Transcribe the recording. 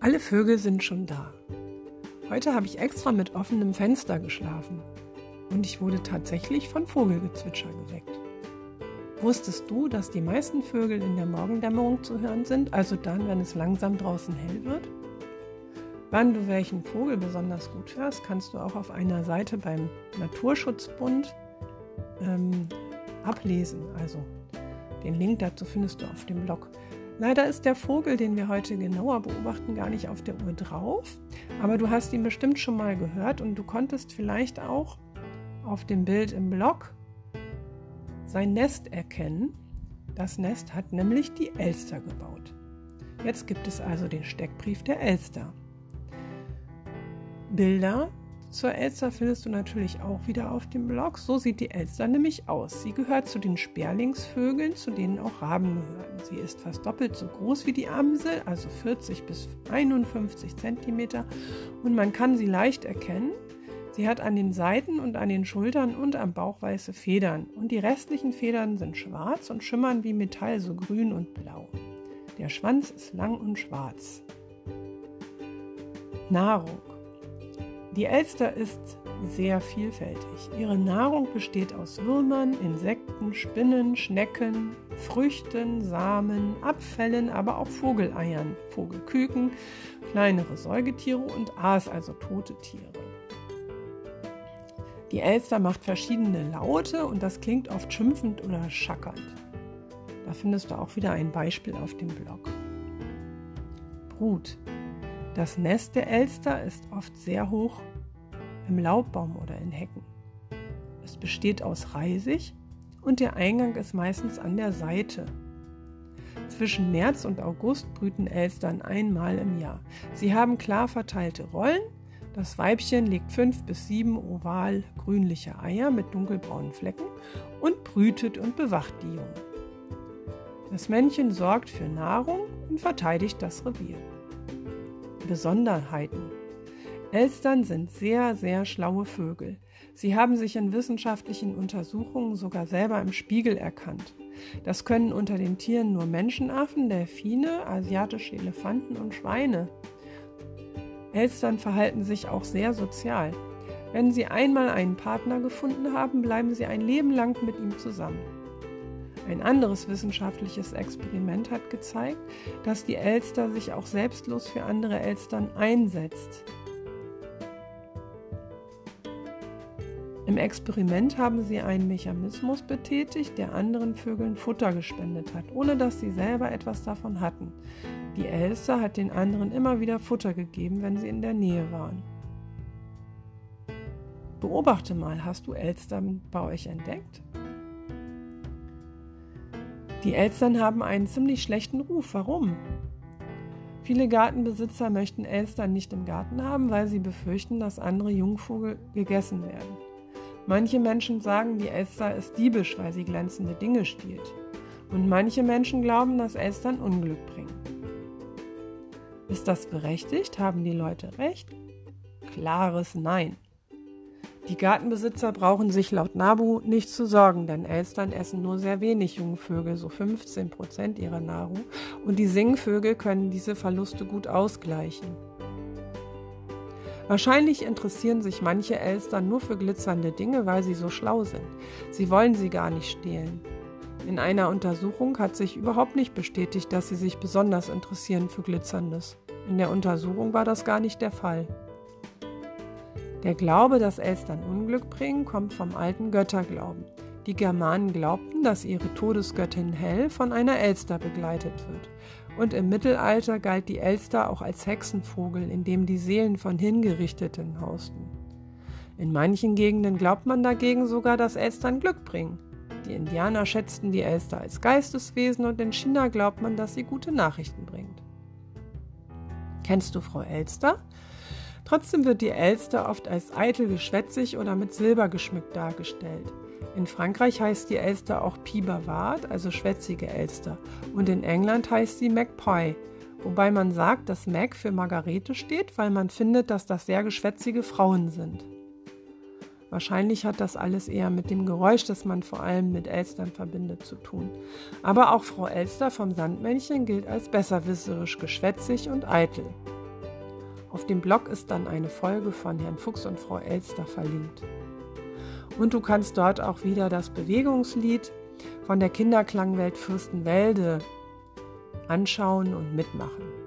Alle Vögel sind schon da. Heute habe ich extra mit offenem Fenster geschlafen und ich wurde tatsächlich von Vogelgezwitscher geweckt. Wusstest du, dass die meisten Vögel in der Morgendämmerung zu hören sind, also dann, wenn es langsam draußen hell wird? Wann du welchen Vogel besonders gut hörst, kannst du auch auf einer Seite beim Naturschutzbund ablesen. Also den Link dazu findest du auf dem Blog. Leider ist der Vogel, den wir heute genauer beobachten, gar nicht auf der Uhr drauf, aber du hast ihn bestimmt schon mal gehört und du konntest vielleicht auch auf dem Bild im Blog sein Nest erkennen. Das Nest hat nämlich die Elster gebaut. Jetzt gibt es also den Steckbrief der Elster. Bilder zur Elster findest du natürlich auch wieder auf dem Blog. So sieht die Elster nämlich aus. Sie gehört zu den Sperlingsvögeln, zu denen auch Raben gehören. Sie ist fast doppelt so groß wie die Amsel, also 40 bis 51 cm, und man kann sie leicht erkennen. Sie hat an den Seiten und an den Schultern und am Bauch weiße Federn und die restlichen Federn sind schwarz und schimmern wie Metall, so grün und blau. Der Schwanz ist lang und schwarz. Nahrung. Die Elster ist sehr vielfältig. Ihre Nahrung besteht aus Würmern, Insekten, Spinnen, Schnecken, Früchten, Samen, Abfällen, aber auch Vogeleiern, Vogelküken, kleinere Säugetiere und Aas, also tote Tiere. Die Elster macht verschiedene Laute und das klingt oft schimpfend oder schackernd. Da findest du auch wieder ein Beispiel auf dem Blog. Brut. Das Nest der Elster ist oft sehr hoch im Laubbaum oder in Hecken. Es besteht aus Reisig und der Eingang ist meistens an der Seite. Zwischen März und August brüten Elstern einmal im Jahr. Sie haben klar verteilte Rollen. Das Weibchen legt 5 bis 7 oval grünliche Eier mit dunkelbraunen Flecken und brütet und bewacht die Jungen. Das Männchen sorgt für Nahrung und verteidigt das Revier. Besonderheiten. Elstern sind sehr, sehr schlaue Vögel. Sie haben sich in wissenschaftlichen Untersuchungen sogar selber im Spiegel erkannt. Das können unter den Tieren nur Menschenaffen, Delfine, asiatische Elefanten und Schweine. Elstern verhalten sich auch sehr sozial. Wenn sie einmal einen Partner gefunden haben, bleiben sie ein Leben lang mit ihm zusammen. Ein anderes wissenschaftliches Experiment hat gezeigt, dass die Elster sich auch selbstlos für andere Elstern einsetzt. Im Experiment haben sie einen Mechanismus betätigt, der anderen Vögeln Futter gespendet hat, ohne dass sie selber etwas davon hatten. Die Elster hat den anderen immer wieder Futter gegeben, wenn sie in der Nähe waren. Beobachte mal, hast du Elstern bei euch entdeckt? Die Elstern haben einen ziemlich schlechten Ruf. Warum? Viele Gartenbesitzer möchten Elstern nicht im Garten haben, weil sie befürchten, dass andere Jungvögel gegessen werden. Manche Menschen sagen, die Elster ist diebisch, weil sie glänzende Dinge stiehlt. Und manche Menschen glauben, dass Elstern Unglück bringen. Ist das berechtigt? Haben die Leute recht? Klares Nein. Die Gartenbesitzer brauchen sich laut NABU nicht zu sorgen, denn Elstern essen nur sehr wenig Jungvögel, so 15% ihrer Nahrung, und die Singvögel können diese Verluste gut ausgleichen. Wahrscheinlich interessieren sich manche Elstern nur für glitzernde Dinge, weil sie so schlau sind. Sie wollen sie gar nicht stehlen. In einer Untersuchung hat sich überhaupt nicht bestätigt, dass sie sich besonders interessieren für Glitzerndes. In der Untersuchung war das gar nicht der Fall. Der Glaube, dass Elstern Unglück bringen, kommt vom alten Götterglauben. Die Germanen glaubten, dass ihre Todesgöttin Hel von einer Elster begleitet wird. Und im Mittelalter galt die Elster auch als Hexenvogel, in dem die Seelen von Hingerichteten hausten. In manchen Gegenden glaubt man dagegen sogar, dass Elstern Glück bringen. Die Indianer schätzten die Elster als Geisteswesen und in China glaubt man, dass sie gute Nachrichten bringt. Kennst du Frau Elster? Trotzdem wird die Elster oft als eitel, geschwätzig oder mit Silber geschmückt dargestellt. In Frankreich heißt die Elster auch Pied Bavard, also schwätzige Elster, und in England heißt sie Magpie, wobei man sagt, dass Mag für Margarete steht, weil man findet, dass das sehr geschwätzige Frauen sind. Wahrscheinlich hat das alles eher mit dem Geräusch, das man vor allem mit Elstern verbindet, zu tun. Aber auch Frau Elster vom Sandmännchen gilt als besserwisserisch, geschwätzig und eitel. Auf dem Blog ist dann eine Folge von Herrn Fuchs und Frau Elster verlinkt. Und du kannst dort auch wieder das Bewegungslied von der Kinderklangwelt Fürstenwelde anschauen und mitmachen.